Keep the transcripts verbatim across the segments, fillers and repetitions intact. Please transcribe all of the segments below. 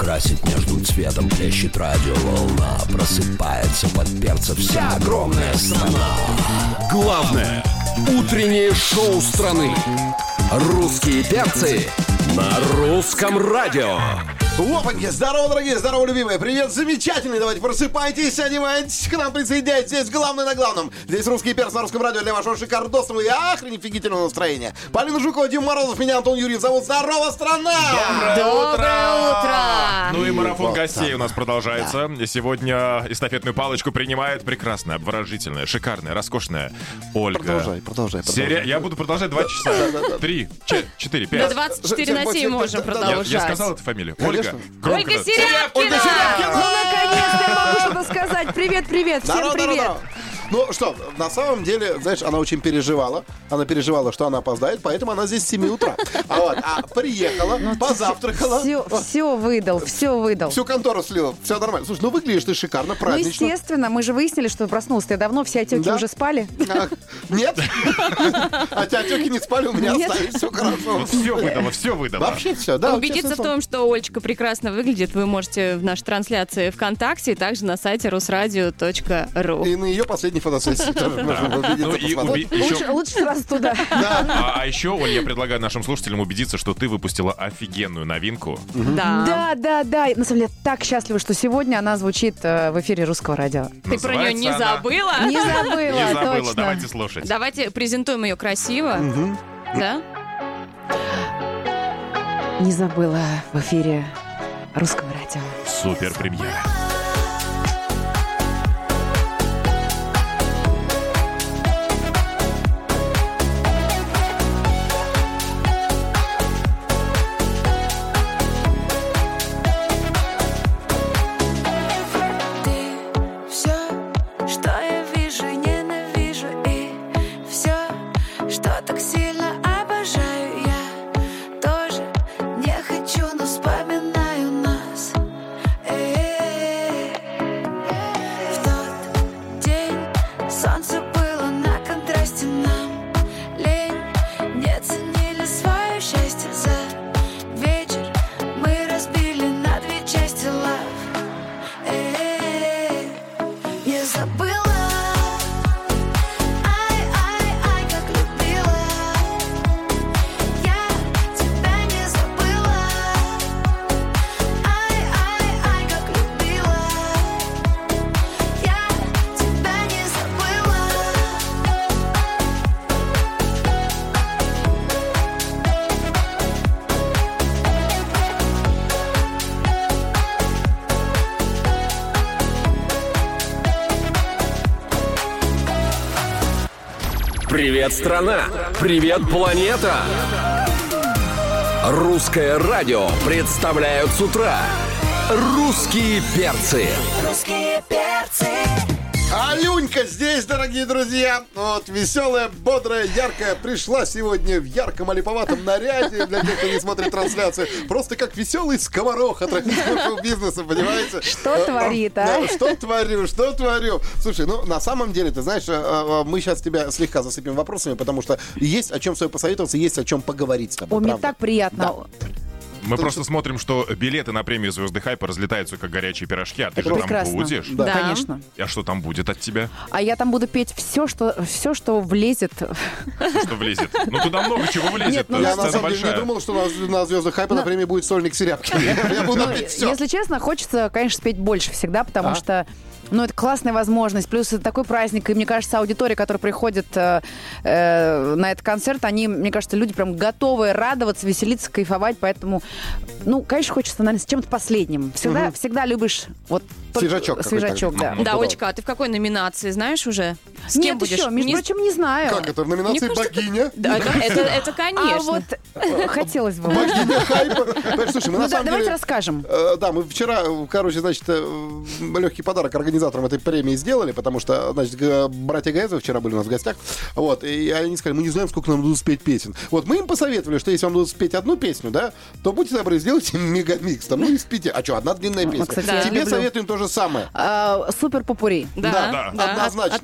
красит между цветом, плещет радиоволна. Просыпается под перца вся огромная страна. Главное утреннее шоу страны. Русские перцы на русском радио. Опаньки, здорово, дорогие, здорово, любимые. Привет, замечательный. Давайте просыпайтесь, одевайтесь, к нам присоединяйтесь. Здесь главное на главном. Здесь русский перц на русском радио для вашего шикардосного и охренефигительного настроения. Полина Жукова, Дима Морозов, меня Антон Юрьев зовут. Здорово, страна! Доброе, Доброе утро! Ну и марафон гостей у нас продолжается. Да. Сегодня эстафетную палочку принимает прекрасная, обворожительная, шикарная, роскошная Ольга. Продолжай, продолжай, продолжай. Серия... Я буду продолжать два часа. Три, четыре, пять. До двадцать четыре на семь можем продолжать. Я сказал эту фамилию. Ольга. Ольга Серябкина! Ну, наконец-то я могу что-то сказать. Привет, привет, всем здорово, привет. Здорово, здорово. Ну что, на самом деле, знаешь, она очень переживала. Она переживала, что она опоздает, поэтому она здесь с семи утра. А, вот, а приехала, ну, позавтракала. Все, все выдал, все выдал. Всю контору слила, все нормально. Слушай, ну выглядишь ты шикарно, празднично. Ну, естественно, мы же выяснили, что проснулся ты давно, все отеки да? уже спали. А, нет. А те отеки не спали, у меня остались, все хорошо. Все выдало, все выдало. Вообще все, да. Убедиться в том, что Олечка прекрасно выглядит, вы можете в нашей трансляции ВКонтакте и также на сайте русрадио точка ру. И на ее последней фотосессии тоже можно убедиться. Лучше сразу туда. А еще, Оль, я предлагаю нашим слушателям убедиться, что ты выпустила офигенную новинку. Да. Да, да, да. На самом деле, так счастлива, что сегодня она звучит в эфире Русского радио. Ты про нее не забыла? Не забыла, Не забыла, точно. давайте слушать. Давайте презентуем ее красиво. Да? Не забыла в эфире Русского радио. Супер премьера. Привет, страна! Привет, планета! Русское радио представляют с утра русские перцы. Русские перцы. Алюнька здесь, дорогие друзья. Вот, веселая, бодрая, яркая. Пришла сегодня в ярком олиповатом наряде. Для тех, кто не смотрит трансляцию. Просто как веселый скоморох от российского бизнеса, понимаете? Что творит, а? Что творю, что творю. Слушай, ну, на самом деле, ты знаешь, мы сейчас тебя слегка засыпем вопросами, потому что есть о чем с тобой посоветоваться, есть о чем поговорить с тобой. О, мне так приятно. Мы Потому просто что... смотрим, что билеты на премию «Звезды Хайпа» разлетаются, как горячие пирожки, а ты Это же прекрасно. там будешь. Да. да, конечно. А что там будет от тебя? А я там буду петь все, что, все, что влезет. Все, что влезет. Ну, туда много чего влезет. Нет, ну, я на самом деле не думал, что на, на «Звездах Хайпа» на премии будет сольник Серябкина. Я буду петь все. Если честно, хочется, конечно, спеть больше всегда, потому что... Ну, это классная возможность. Плюс это такой праздник. И мне кажется, аудитория, которая приходит э, э, на этот концерт, они, мне кажется, люди прям готовы радоваться, веселиться, кайфовать. Поэтому, ну, конечно, хочется, наверное, с чем-то последним. Всегда, угу. всегда любишь вот свежачок. Свежачок, да. Да, Олечка, а ты в какой номинации, знаешь уже? С Нет, кем будешь? еще, между прочим, не знаю. Как это? В номинации кажется, «Богиня»? Да, это, это, это конечно. А вот э, хотелось бы. «Богиня Хайпа». Слушай, мы ну, на да, самом давайте деле... расскажем. Э, да, мы вчера, короче, значит, э, легкий подарок организаторам этой премии сделали, потому что, значит, братья Гаязовы вчера были у нас в гостях, вот, и они сказали, мы не знаем, сколько нам будут спеть песен. Вот, мы им посоветовали, что если вам будут спеть одну песню, да, то будьте добры, сделайте мегамикс, там, ну и спите. А что, одна длинная песня? Кстати, да. Тебе люблю. советуем то же самое. А, супер попури. Да, Да, да, да, однозначно. От, от Олечки.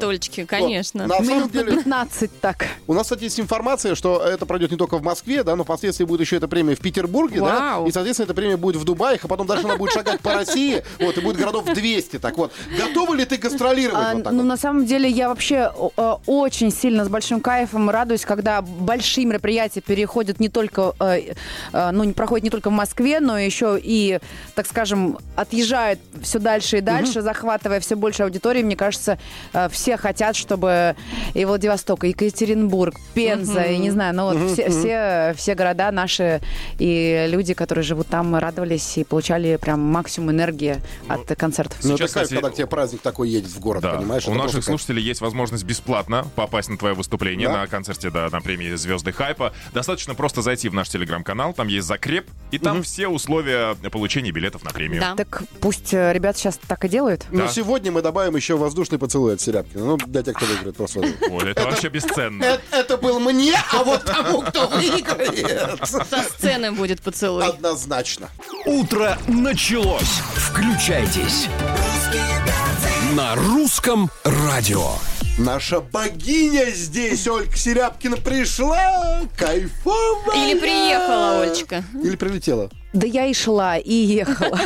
конечно. Вот. На самом Минут на деле, пятнадцать так. у нас, кстати, есть информация, что это пройдет не только в Москве, да, но впоследствии будет еще эта премия в Петербурге, да, Вау. и, соответственно, эта премия будет в Дубае, а потом дальше она будет шагать по России, вот, и будет городов двести, так вот. Готова ли ты гастролировать А, вот так ну, вот? на самом деле, я вообще э, очень сильно с большим кайфом радуюсь, когда большие мероприятия переходят не только, э, э, ну, не проходят не только в Москве, но еще и, так скажем, отъезжают все дальше и дальше, захватывая все больше аудитории. Мне кажется, э, все хотят, чтобы и Владивосток, и Екатеринбург, Пенза, и не знаю, ну вот все, все, все города наши и люди, которые живут там, радовались и получали прям максимум энергии от концертов. Ну, Сейчас, это кайф, кстати, когда к тебе праздник такой едет в город, Да. понимаешь? У Это наших просто кайф. слушателей есть возможность бесплатно попасть на твое выступление Да? на концерте, да, на премии «Звезды хайпа». Достаточно просто зайти в наш телеграм-канал, там есть закреп, и там все условия получения билетов на премию. Да. Так пусть э, ребята сейчас так и делают. Но Да. сегодня мы добавим еще воздушный поцелуй от Серябкина. Ну, для тех, кто выиграет просто. Ой, это вообще бесценно. Это, это был мне, а вот тому, кто выиграет. Со сцены будет поцелуй. Однозначно. Утро началось. Включайтесь. На русском радио. Наша богиня здесь, Ольга Серябкина, пришла. Кайфовая. Или приехала, Олечка. Или прилетела. Да я и шла, и ехала.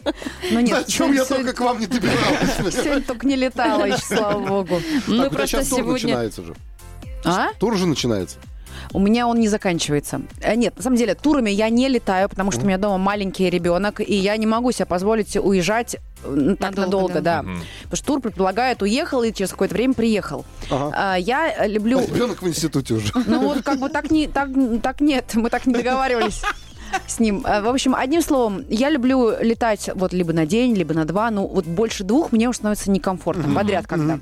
Но нет, О чем я сегодня- только к вам не добиралась. сегодня только не летала еще, слава богу. Мы Так, у тебя просто сейчас тур сегодня... начинается же. А? Тур же начинается. У меня он не заканчивается. Э, Нет, на самом деле, турами я не летаю, потому что у меня дома маленький ребенок, и я не могу себе позволить уезжать э, так Надолго, надолго, да. да. Потому что тур предполагает, уехал и через какое-то время приехал. Ага. А, я люблю... Ребенок в институте уже. Ну вот как бы так, не, так, так нет, мы так не договаривались с ним. А, В общем, одним словом, я люблю летать вот либо на день, либо на два, ну вот больше двух мне уже становится некомфортно, подряд когда.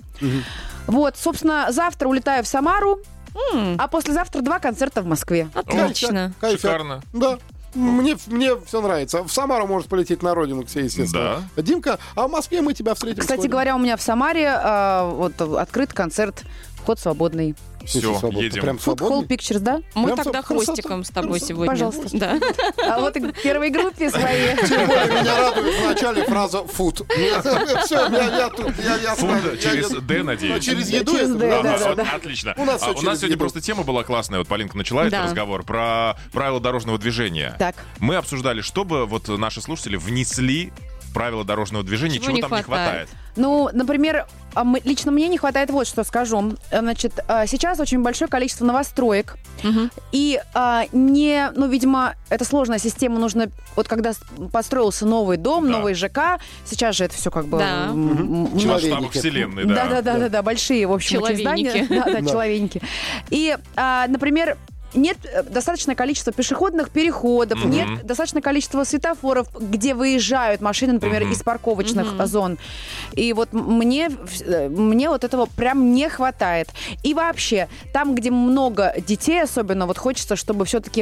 Вот, собственно, завтра улетаю в Самару, а послезавтра два концерта в Москве. Отлично. Кайф. Шикарно. Да. Мне, мне все нравится. В Самару может полететь на родину, все, естественно. Димка, а в Москве мы тебя встретим. Кстати вскоре. говоря, у меня в Самаре а, вот открыт концерт, вход свободный. Слушай, Все, свободно. едем. Прям Food Hall свободный? Pictures, да? Мы Прям тогда красота. хвостиком с тобой Красота. сегодня. Пожалуйста. Да. А вот и к первой группе своей. Тем более меня радует в начале фраза «фуд». Все, я тут, я я Фуд знаю. Я- через я- «Д», надеюсь. Ну, через еду. Через это, «Д», да. да, Ага, да, вот, да. Отлично. У нас А, всё у через нас сегодня еду. просто тема была классная. Вот Полинка начала этот Да. разговор про правила дорожного движения. Так. Мы обсуждали, чтобы вот наши слушатели внесли в правила дорожного движения, Чего чего, не там не хватает? хватает. Ну, например, а мы- лично мне не хватает вот что скажу. Значит, а, сейчас очень большое количество новостроек. Мгм. И а, не, ну, видимо, это сложная система. Нужно, вот когда с- построился новый дом, Да. новый ЖК, сейчас же это все как бы... Да. м, м, В Человек. масштабах вселенной, Да, да. да, да, да, да, большие, в общем, очень здания. Человейники. Да, да, Да. человейники. И, а, например, нет э, достаточное количество пешеходных переходов, Мгм. нет достаточное количество светофоров, где выезжают машины, например, Мгм. из парковочных Мгм. зон. И вот м- мне, в- э, мне вот этого прям не хватает. И вообще, там, где много детей особенно, вот хочется, чтобы все-таки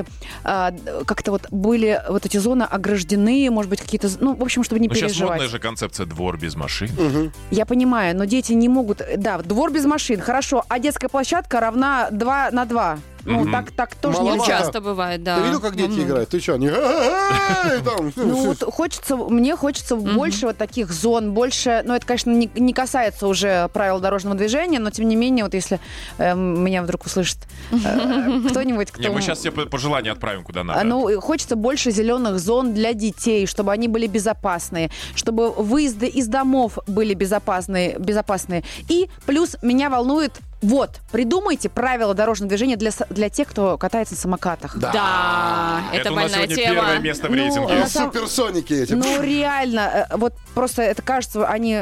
как-то вот были вот эти зоны ограждены, может быть, какие-то, ну, в общем, чтобы не Ну, сейчас переживать. модная же концепция «двор без машин». Я понимаю, но дети не могут... Да, двор без машин, хорошо, а детская площадка равна два на два. Ну, Мгм. так, так тоже Маловато. нельзя. Часто бывает, да. Ты видел, как дети Во многих. играют? Ты что, они... «Эй!» там. Ну, вот хочется, мне хочется больше вот таких зон, больше, ну, это, конечно, не, не касается уже правил дорожного движения, но, тем не менее, вот если э, меня вдруг услышит э, кто-нибудь, кто... Не, мы сейчас все по- пожелания отправим куда А, надо. Ну, и хочется больше зеленых зон для детей, чтобы они были безопасные, чтобы выезды из домов были безопасные, безопасные. И плюс меня волнует, вот, придумайте правила дорожного движения для, с- для тех, кто катается на самокатах. Да. Да, это, Это у нас больная сегодня тема. первое место в Ну, рейтинге. на самом- Суперсоники эти. Ну, реально, э, вот просто это кажется, они...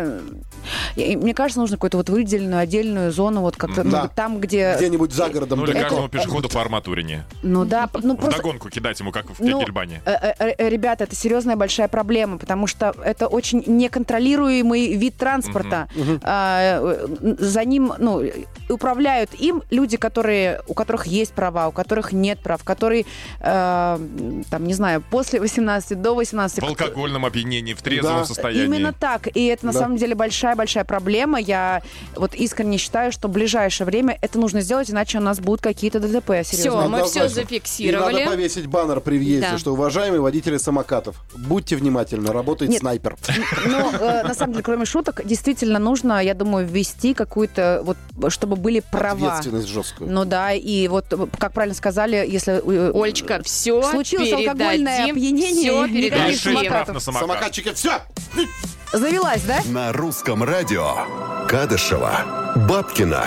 и Мне кажется, нужно какую-то вот выделенную, отдельную зону, вот как-то, ну, Да. вот там, где... Где-нибудь за городом. Ну, или далеко. каждому пешеходу по арматурине. Ну, да, ну, просто... Вдогонку кидать ему, как в Ну, Кегельбане. э, э, э, Ребята, это серьезная большая проблема, потому что это очень неконтролируемый вид транспорта. А, э, За ним, ну, управляют им люди, которые, у которых есть права, у которых нет прав, которые, э, там, не знаю, после восемнадцати, до восемнадцати. В алкогольном опьянении, в трезвом Да. состоянии. Именно так. И это на Да. самом деле большая-большая проблема. Я вот искренне считаю, что в ближайшее время это нужно сделать, иначе у нас будут какие-то ДТП. Все, Серьезно. мы все Однозначно. И зафиксировали. надо повесить баннер при въезде, Да. что, уважаемые водители самокатов, будьте внимательны, работает Нет. снайпер. Ну, э, на самом деле, кроме шуток, действительно нужно, я думаю, ввести какую-то, вот, чтобы были права. Ответственность жесткую. Ну да, и вот, как правильно сказали, если... э, Олечка, все случилось алкогольное опьянение, все никаких передадим. Лишить прав самокатов. на самокат. Самокатчики, все! Завелась, да? На русском радио Кадышева, Бабкина.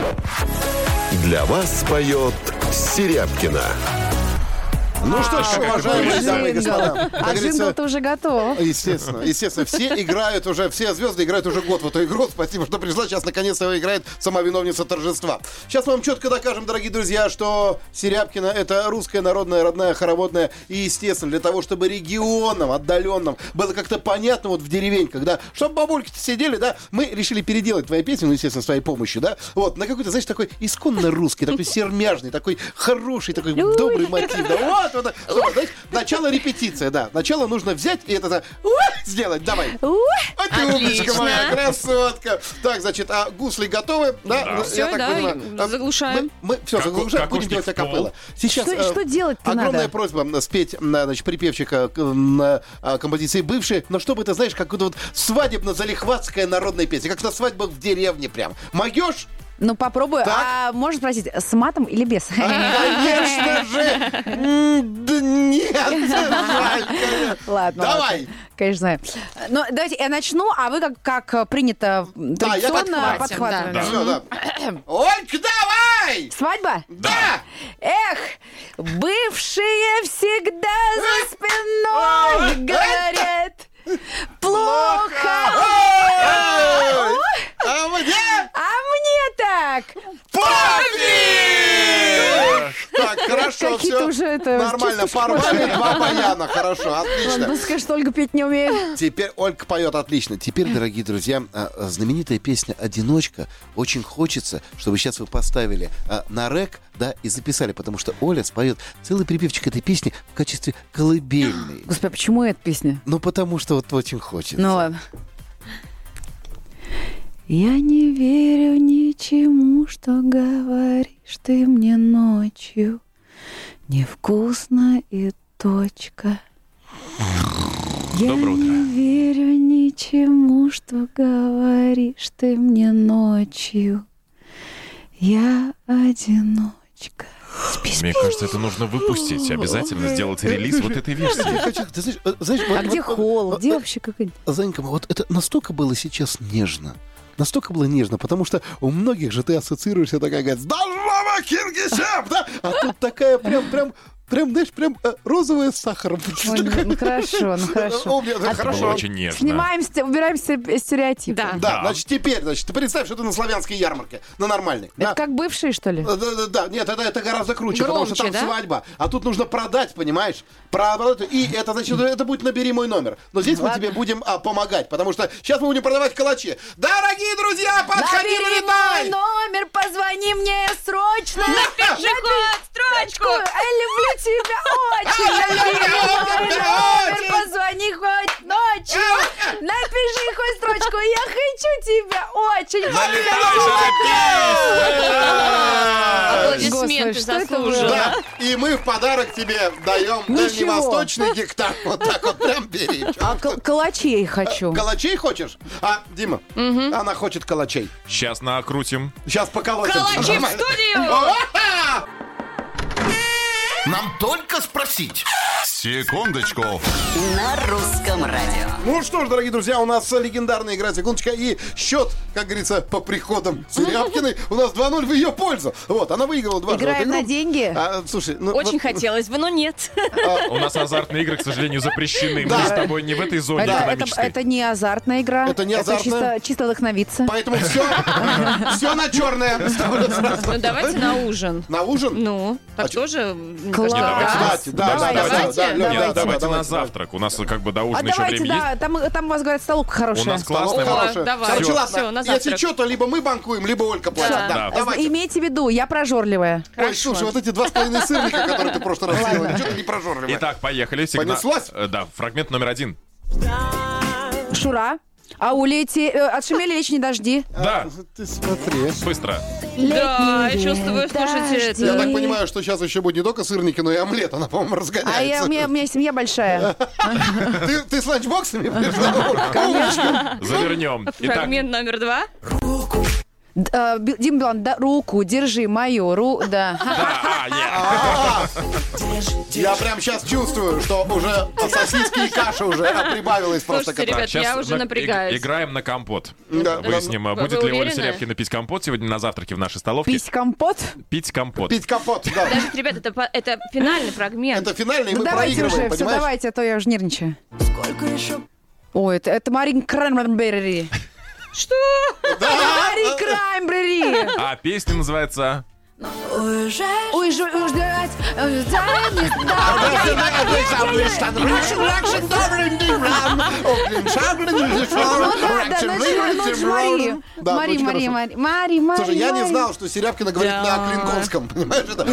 Для вас поет Серябкина. Ну что ж, Какой уважаемые джингл. дамы и господа, как А говорится, джингл-то уже готов. естественно, естественно, все играют уже, все звезды играют уже год в эту игру. Спасибо, что пришла. Сейчас наконец-то играет сама виновница торжества. Сейчас мы вам четко докажем, дорогие друзья, что Серябкина — это русская народная, родная, хороводная. И, естественно, для того, чтобы регионам, отдаленным, было как-то понятно вот в деревеньках, да, чтобы бабульки-то сидели, да, мы решили переделать твои песни, ну, естественно, с твоей помощью, да, вот, на какой-то, знаешь, такой исконно русский, такой сермяжный, такой хороший, такой добрый мотив, да, вот, вот, вот, знаешь, начало репетиция, да, начало нужно взять и это за- сделать, давай. Вот ты умничка Отлично. моя, красотка. Так, значит, а гусли готовы? Да, Да. Ну, Всё, я так да, понимаю. А заглушаем. Мы, мы все, Как- заглушаем, как будем уж делать не в пол. акапелла. Сейчас Что- э, что делать-то огромная надо? просьба м, спеть м, значит, припевчика к м, на а, композиции «Бывшие», но чтобы это, знаешь, как вот свадебно-залихватская народная песня, как на свадьбах в деревне прям. Могешь? Ну, попробую. Так. А можно спросить, с матом или без? Конечно же! М, Да нет! жаль, конечно. Ладно. Давай! ладно. Конечно, знаю. Ну, давайте я начну, а вы, как, как принято, Да, я традиционно подхватим, подхватываем. да. Всё, да. Олька, давай! Свадьба? Да! Эх, бывшие всегда за спиной говорят плохо. Ой! А мне? А мне так. Пофиг! Так, хорошо, Какие-то все. уже это Нормально, чувства порвали два баяна, хорошо, Ладно, отлично. ну скажи, что Ольга петь не умеет. Теперь Ольга поет отлично. Теперь, дорогие друзья, а, а, знаменитая песня «Одиночка». Очень хочется, чтобы сейчас вы поставили а, на рек, да, и записали, потому что Оля споет целый припевчик этой песни в качестве колыбельной. Господи, а почему эта песня? Ну, потому что вот очень хочется. Ну ладно. Я не верю ничему, что говоришь ты мне ночью. Невкусно и точка. Я Доброе утро. не верю ничему, что говоришь ты мне ночью. Я одиночка. Спи, спи. Мне кажется, это нужно выпустить. Обязательно сделать релиз вот этой версии. Я хочу- ты знаешь, э, знаешь, А вот- где вот- холл? вот- Где вообще какая-нибудь? Занька, вот это настолько было сейчас нежно. Настолько было нежно, потому что у многих же ты ассоциируешься такая, говорит, здорово, Кингисепп, да? А тут такая прям, прям, прям, знаешь, прям э, розовая с сахаром. Ой, ну, ну хорошо, ну хорошо. О, мне- А Это было Хорошо. очень нежно. Снимаем, сте- убираем сте- стереотипы. Да. Да, Да. значит, теперь, значит, ты представь, что ты на славянской ярмарке, на нормальной. Это да. как бывшие, что ли? Да, да, да, нет, это, это гораздо круче, потому что там Громче, да? свадьба, а тут нужно продать, понимаешь? Продать, и это, значит, это будет «Набери мой номер». Но здесь мы Ладно. тебе будем а, помогать, потому что сейчас мы будем продавать калачи. Дорогие друзья, подходи, Набери вылетай! мой номер, позвони мне срочно. Напиши ход, строчку. Я люблю тебя очень. Набери мой номер, позвони хоть ночью. Напиши хоть строчку, я хочу тебя очень. Аплодисменты Господи, что это было? заслуженно. Да, и мы в подарок тебе даем Ничего. дальневосточный гектар. Вот так вот прям бери. А кал- калачей хочу. Калачей хочешь? А, Дима, она хочет калачей. Сейчас накрутим. Сейчас поколотим. Калачи в Нормально. студию! О-ха! Нам только спросить. Секундочку. На русском радио. Ну что ж, дорогие друзья, у нас легендарная игра «Секундочка» и счет, как говорится, по приходам Серябкиной у нас два ноль в ее пользу. Вот, она выиграла дважды Играем эту игру. на деньги? А, слушай, ну, Очень вот- хотелось бы, но нет. У нас азартные игры, к сожалению, запрещены. Мы Да. же с тобой не в этой зоне Это, это, экономической. это не азартная игра. Это не азартная. чисто, чисто вдохновиться. Поэтому все, все на черное. Ставлю сразу. Ну давайте на ужин. На ужин? Ну, А так чё? тоже... мне Класс. кажется, давайте. Кстати, да, да, Давай, да, да, давайте. да, Лёнь, давайте. Нет, давайте давайте, на завтрак. У нас как бы до А ужина еще давайте, время есть. да, там, там у вас говорят, столовка хорошая. У нас классная. Столовка О, хорошая. давай. Короче, Всё, ладно, всё, на если завтрак. что, то либо мы банкуем, либо Олька платит. Да. Да, Да. давайте. Имейте в виду, я прожорливая. Ой, слушай, вот эти два с половиной сырника, которые ты в прошлый раз съела, что-то не прожорливая. Итак, поехали. Сигна- Понеслась? Э, Да, фрагмент номер один. Шура. А у лети... э, Отшумели летние дожди. Да, Ты смотри. быстро. Да, я чувствую, слушайте, это- Я так понимаю, что сейчас еще будет не только сырники, но и омлет. Она, по-моему, А я, разгоняется. у, меня, у меня семья большая. Ты, ты с ланчбоксами пришла? Конечно. Завернем. Итак, Фрагмент номер два. Д- э, Б- Дим Билан, да, руку держи мою, ру, да. а, е. А, Я прям сейчас чувствую, что уже сосиски и каша уже прибавилось просто. Слушайте, кота. ребят, Щас я уже на- напрягаюсь. иг- Играем на компот. Да, Выясним, Вы- будет вы ли Оля уверены? Серябкина пить компот сегодня на завтраке в нашей столовке. Пить компот. Пить компот. Пить капот, да. Подождите, ребят, это, по- это финальный фрагмент. Это финальный, и Ну мы давайте проигрываем, уже, все, понимаешь? давайте, а то я уже нервничаю. Ой, это, это Марин Краймбрери. Что? Марин Краймбрери. А песня называется... Ой, ждать, ждать, не Мари, Да, Мари, очень Мари, хорошо. Мари, Мари, Мари. Слушай, я не Мари. знал, что Серябкина говорит Да. на клинконском. Понимаешь, это...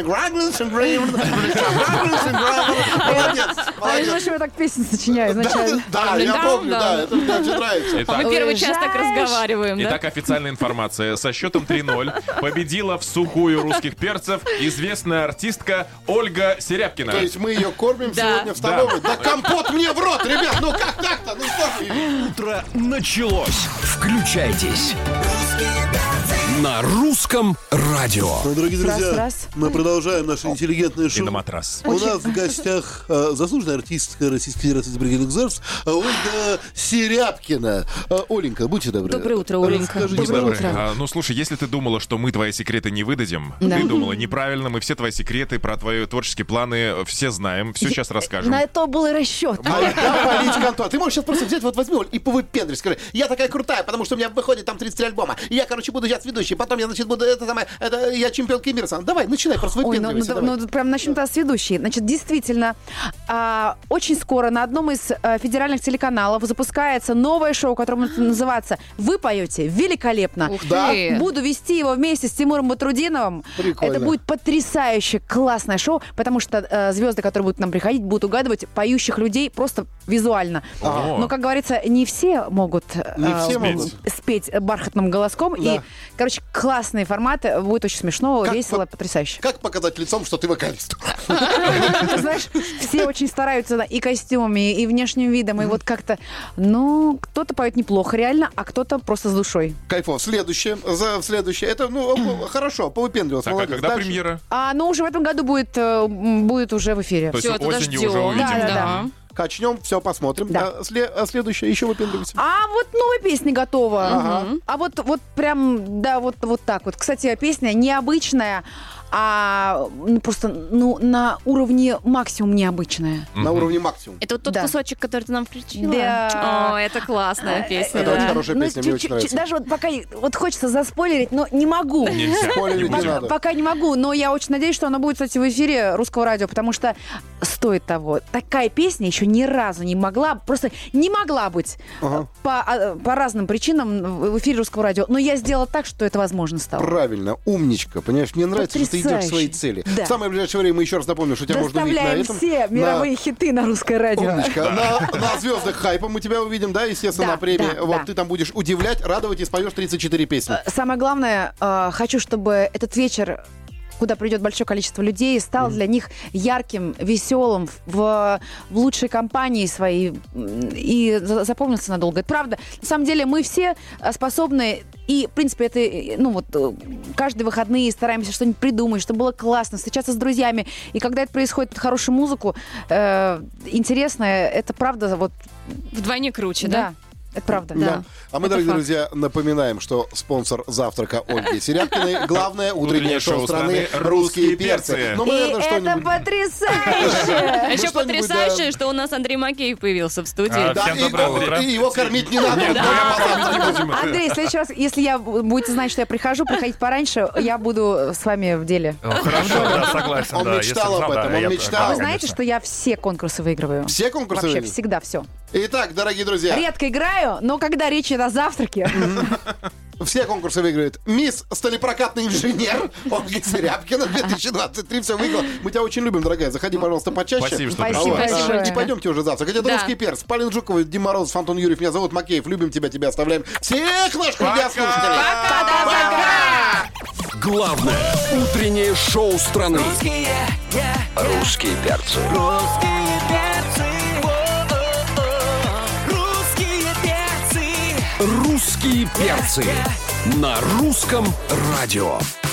Молодец, А я молодец. думаю, что я так песни сочиняю изначально. Да, я Да, помню, да. да, это мне очень нравится. А Итак, мы первый час так Уезжаешь. разговариваем, да? Итак, официальная информация. Со счетом три ноль победила в сухую русских перцев известная артистка Ольга Серябкина. То есть мы ее кормим Да. сегодня в столовой. Да компот мне в рот, ребят, ну как так-то? Ну что ж. Утро началось. Включайтесь. На русском радио. Ну, дорогие друзья, Раз, раз. мы продолжаем наше интеллигентное И шоу. на матрас. У нас в гостях э, заслуженная артистка Российской Федерации изобретательных государств э, Ольга Серябкина. Э, Оленька, будьте добры. Доброе утро, Оленька. Расскажите, Доброе пожалуйста. утро. А, ну, слушай, если ты думала, что мы твои секреты не выдадим, Да. ты думала неправильно. Мы все твои секреты про твои творческие планы все знаем. Все сейчас расскажем. На это был и расчет. Айда полить контор. Ты можешь сейчас просто взять, вот возьми, Оль, и повыпендрись. Скажи, я такая крутая, потому что у меня выходит там тридцать три альбома. И я, короче, буду сейчас ведущий. Потом я, значит, буду это самое, это я чемпионка мира. Давай, начинай, просто Ой, ну, выпендривайся. ну, давай. ну, прям начнем-то с ведущей. Значит, действительно, а, очень скоро на одном из а, федеральных телеканалов запускается новое шоу, которое будет называться «Вы поете великолепно». Ух Да? ты. Буду вести его вместе с Тимуром Батрудиновым. Прикольно. Это будет потрясающе классное шоу, потому что э, звезды, которые будут к нам приходить, будут угадывать поющих людей просто визуально. Ого. Но, как говорится, не все могут, э, Не все спеть. могут. спеть бархатным голоском. Да. И, короче, классный формат. Будет очень смешно, Как весело, по- потрясающе. Как показать лицом, что ты вокалист? Ты знаешь, все очень стараются, да, и костюмами, и внешним видом, и вот как-то, ну, кто-то поет неплохо реально, а кто-то просто с душой. Кайфов. Следующее. За, следующее. Это, ну, хорошо, повыпендривался. Так, а молодец. когда Дальше. премьера? А, ну, уже в этом году будет, э, м, будет уже в эфире. То есть Всё, тогда осенью ждем. уже увидим. Да, да, да. Качнем, все, посмотрим. Да. А, сле- а следующее, еще выпендривайся. А вот новая песня готова. Ага. А вот, вот прям, да, вот, вот так вот. Кстати, песня необычная, а ну, просто ну, на уровне максимум необычная. На уровне максимум. Это вот тот Да. кусочек, который ты нам включила? Да. О, это классная песня. Это очень да. хорошая Ну, песня, мне очень чуть-чуть, нравится. Даже вот пока вот хочется заспойлерить, но не могу. Нельзя. Спойлерить Не не будем. надо. Пока не могу, но я очень надеюсь, что она будет, кстати, в эфире Русского радио, потому что стоит того. Такая песня еще ни разу не могла, просто не могла быть Ага. по, а, по разным причинам в эфире Русского радио. Но я сделала так, что это возможно стало. Правильно, умничка. Понимаешь, мне нравится, что ты идешь к Потрясающе. своей цели. Да. В самое ближайшее время мы еще раз напомним, что тебя можно увидеть на Доставляем этом. все на- мировые хиты на Русское радио. Умничка. На, на звездах хайпа мы тебя увидим, да, естественно, Да, на премии. да, вот да. ты там будешь удивлять, радовать и споешь тридцать четыре песни. Самое главное, э, хочу, чтобы этот вечер, куда придет большое количество людей, стал для них ярким, веселым, в, в лучшей компании своей м, и за- запомнился надолго. Это правда. На самом деле мы все э, способны, и, в принципе, это, э, ну вот, э, каждые выходные стараемся что-нибудь придумать, чтобы было классно, встречаться с друзьями. И когда это происходит под хорошую музыку, э, интересно, это правда, вот, Вдвойне круче, да? да. Это правда. Да. А мы, Это дорогие факт. друзья, напоминаем, что спонсор завтрака Ольги Серябкиной — главное утреннее шоу страны «Русские перцы». Ну, мы, И наверное, это что-нибудь... потрясающе! А еще что-нибудь, потрясающе, да. что у нас Андрей Макеев появился в студии. А, Да, Всем и, доброе утро. и его кормить не надо. Нет, Да. мы его кормить не будем. Андрей, в следующий раз, если я будете знать, что я прихожу, приходите пораньше, я буду с вами в деле. О, Хорошо, да, согласен. Он да, мечтал если об знал, этом, да, он я- мечтал. да, А вы знаете, конечно. что я все конкурсы выигрываю? Все конкурсы Вообще, выиграли? всегда все. Итак, дорогие друзья, Редко играю, но когда речь идет о завтраке, все конкурсы выиграет мисс Сталепрокатный инженер Ольга Серябкина две тысячи двадцать три. Все выиграла. Мы тебя очень любим, дорогая. Заходи, пожалуйста, почаще. Спасибо, что Спасибо пришли. большое. И пойдемте уже завтра. Хотя это Да. «Русский перц». Полина Жукова, Дима Морозов, Антон Юрьев. Меня зовут Макеев. Любим тебя, тебя оставляем. Всех наших радиослушателей. Главное утреннее шоу страны. Русские перцы. «Русские перцы» на русском радио.